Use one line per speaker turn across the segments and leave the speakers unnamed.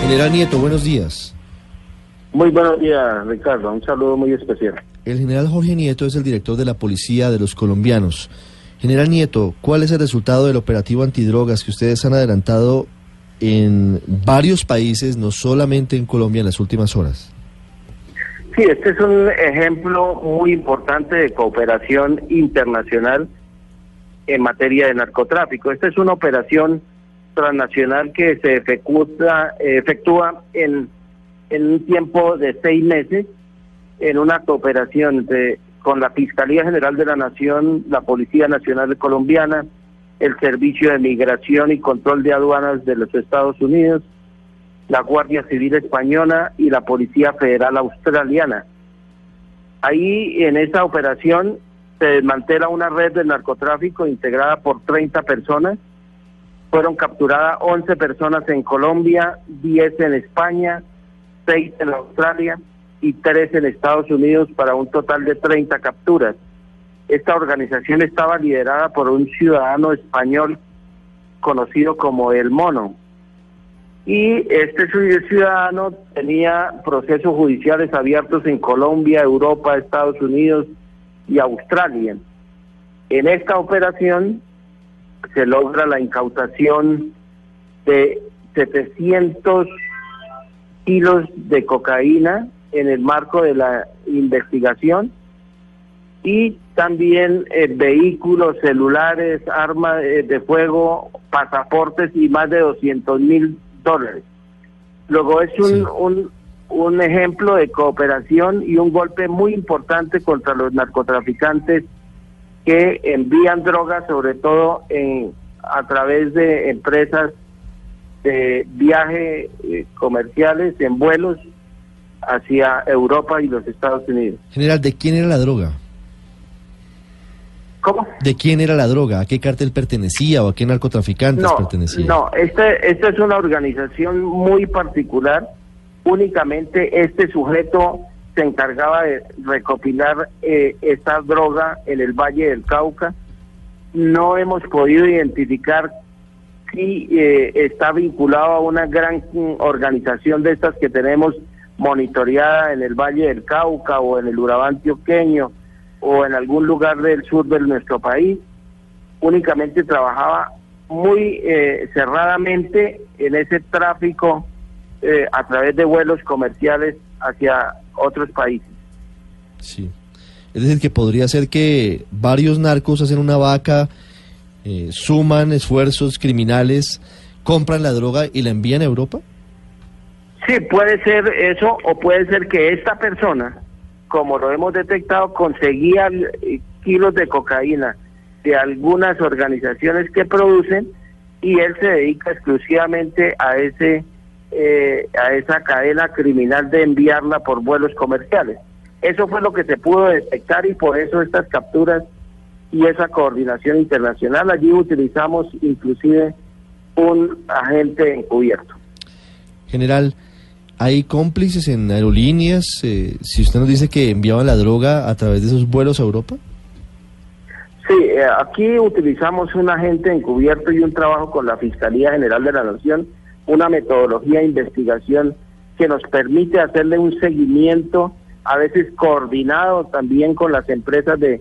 General Nieto, buenos días.
Muy buenos días, Ricardo. Un saludo muy especial.
El general Jorge Nieto es el director de la Policía de los Colombianos. General Nieto, ¿cuál es el resultado del operativo antidrogas que ustedes han adelantado en varios países, no solamente en Colombia, en las últimas horas?
Sí, este es un ejemplo muy importante de cooperación internacional en materia de narcotráfico. Esta es una operación transnacional que se efectúa en un tiempo de 6 meses, en una cooperación con la Fiscalía General de la Nación, la Policía Nacional Colombiana, el Servicio de Migración y Control de Aduanas de los Estados Unidos, la Guardia Civil Española y la Policía Federal Australiana. Ahí, en esa operación, se desmantela una red de narcotráfico integrada por 30 personas. Fueron capturadas 11 personas en Colombia, 10 en España, 6 en Australia y 3 en Estados Unidos, para un total de 30 capturas. Esta organización estaba liderada por un ciudadano español conocido como El Mono. Y este ciudadano tenía procesos judiciales abiertos en Colombia, Europa, Estados Unidos y Australia. En esta operación se logra la incautación de 700 kilos de cocaína en el marco de la investigación, y también vehículos, celulares, armas de fuego, pasaportes y más de $200,000. Luego es un ejemplo de cooperación y un golpe muy importante contra los narcotraficantes que envían drogas, sobre todo a través de empresas de viaje comerciales, en vuelos hacia Europa y los Estados Unidos.
General, ¿de quién era la droga?
¿Cómo?
¿De quién era la droga? ¿A qué cártel pertenecía o a qué narcotraficantes pertenecía?
No, esta es una organización muy particular. Únicamente este sujeto se encargaba de recopilar esta droga en el Valle del Cauca. No hemos podido identificar si está vinculado a una gran organización de estas que tenemos monitoreada en el Valle del Cauca o en el Urabá antioqueño o en algún lugar del sur de nuestro país. Únicamente trabajaba muy cerradamente en ese tráfico a través de vuelos comerciales hacia otros países.
Sí. Es decir, que podría ser que varios narcos hacen una vaca, suman esfuerzos criminales, compran la droga y la envían a Europa.
Sí, puede ser eso, o puede ser que esta persona, como lo hemos detectado, conseguía kilos de cocaína de algunas organizaciones que producen, y él se dedica exclusivamente a esa cadena criminal de enviarla por vuelos comerciales. Eso fue lo que se pudo detectar, y por eso estas capturas y esa coordinación internacional. Allí utilizamos inclusive un agente encubierto.
General, ¿hay cómplices en aerolíneas? Si usted nos dice que enviaban la droga a través de esos vuelos a Europa.
Sí, aquí utilizamos un agente encubierto y un trabajo con la Fiscalía General de la Nación, una metodología de investigación que nos permite hacerle un seguimiento, a veces coordinado también con las empresas de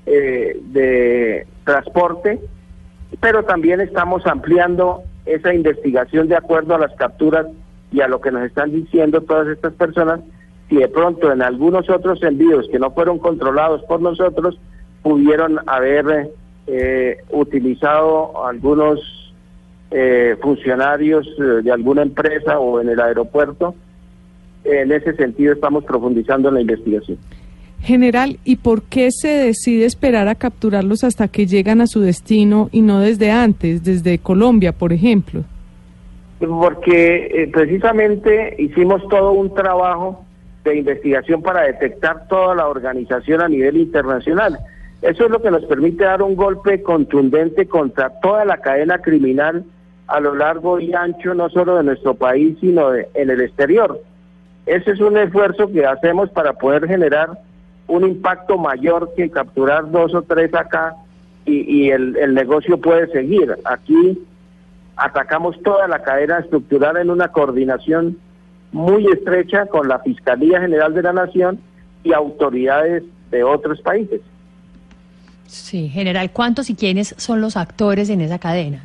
transporte, pero también estamos ampliando esa investigación de acuerdo a las capturas y a lo que nos están diciendo todas estas personas. Si de pronto en algunos otros envíos que no fueron controlados por nosotros pudieron haber utilizado algunos funcionarios de alguna empresa o en el aeropuerto, en ese sentido estamos profundizando en la investigación.
General, ¿y por qué se decide esperar a capturarlos hasta que llegan a su destino y no desde antes, desde Colombia, por ejemplo?
Porque precisamente hicimos todo un trabajo de investigación para detectar toda la organización a nivel internacional. Eso es lo que nos permite dar un golpe contundente contra toda la cadena criminal a lo largo y ancho, no solo de nuestro país, sino en el exterior. Ese es un esfuerzo que hacemos para poder generar un impacto mayor que capturar 2 o 3 acá, y el negocio puede seguir. Aquí atacamos toda la cadena estructural en una coordinación muy estrecha con la Fiscalía General de la Nación y autoridades de otros países.
Sí, general, ¿cuántos y quiénes son los actores en esa cadena?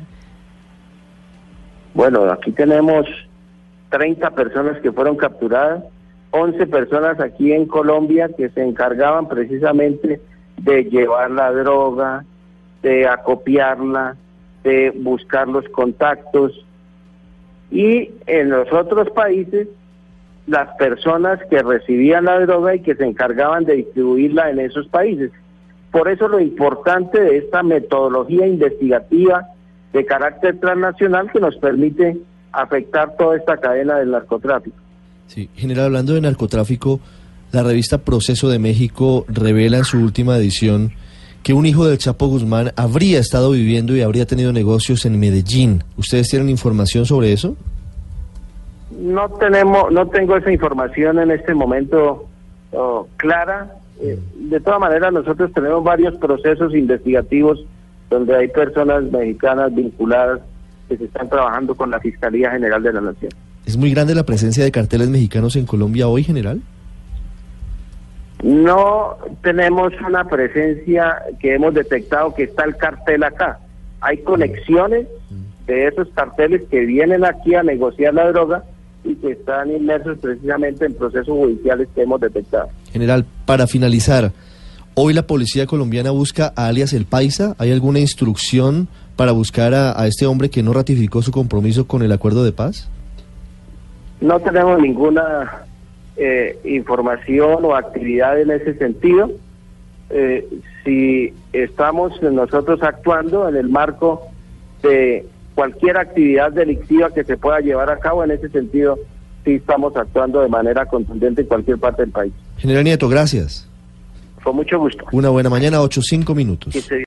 Bueno, aquí tenemos 30 personas que fueron capturadas, 11 personas aquí en Colombia que se encargaban precisamente de llevar la droga, de acopiarla, de buscar los contactos, y en los otros países las personas que recibían la droga y que se encargaban de distribuirla en esos países. Por eso lo importante de esta metodología investigativa de carácter transnacional que nos permite afectar toda esta cadena del narcotráfico.
Sí, general, hablando de narcotráfico, la revista Proceso de México revela en su última edición que un hijo del Chapo Guzmán habría estado viviendo y habría tenido negocios en Medellín. ¿Ustedes tienen información sobre eso?
No tengo esa información en este momento clara. De todas maneras, nosotros tenemos varios procesos investigativos donde hay personas mexicanas vinculadas que se están trabajando con la Fiscalía General de la Nación.
¿Es muy grande la presencia de carteles mexicanos en Colombia hoy, general?
No tenemos una presencia que hemos detectado que está el cartel acá. Hay conexiones de esos carteles que vienen aquí a negociar la droga y que están inmersos precisamente en procesos judiciales que hemos detectado.
General, para finalizar, hoy la policía colombiana busca a alias El Paisa. ¿Hay alguna instrucción para buscar a este hombre que no ratificó su compromiso con el acuerdo de paz?
No tenemos ninguna información o actividad en ese sentido. Si estamos nosotros actuando en el marco de cualquier actividad delictiva que se pueda llevar a cabo, en ese sentido sí estamos actuando de manera contundente en cualquier parte del país.
General Nieto, gracias.
Con mucho gusto.
Una buena mañana, 8:05.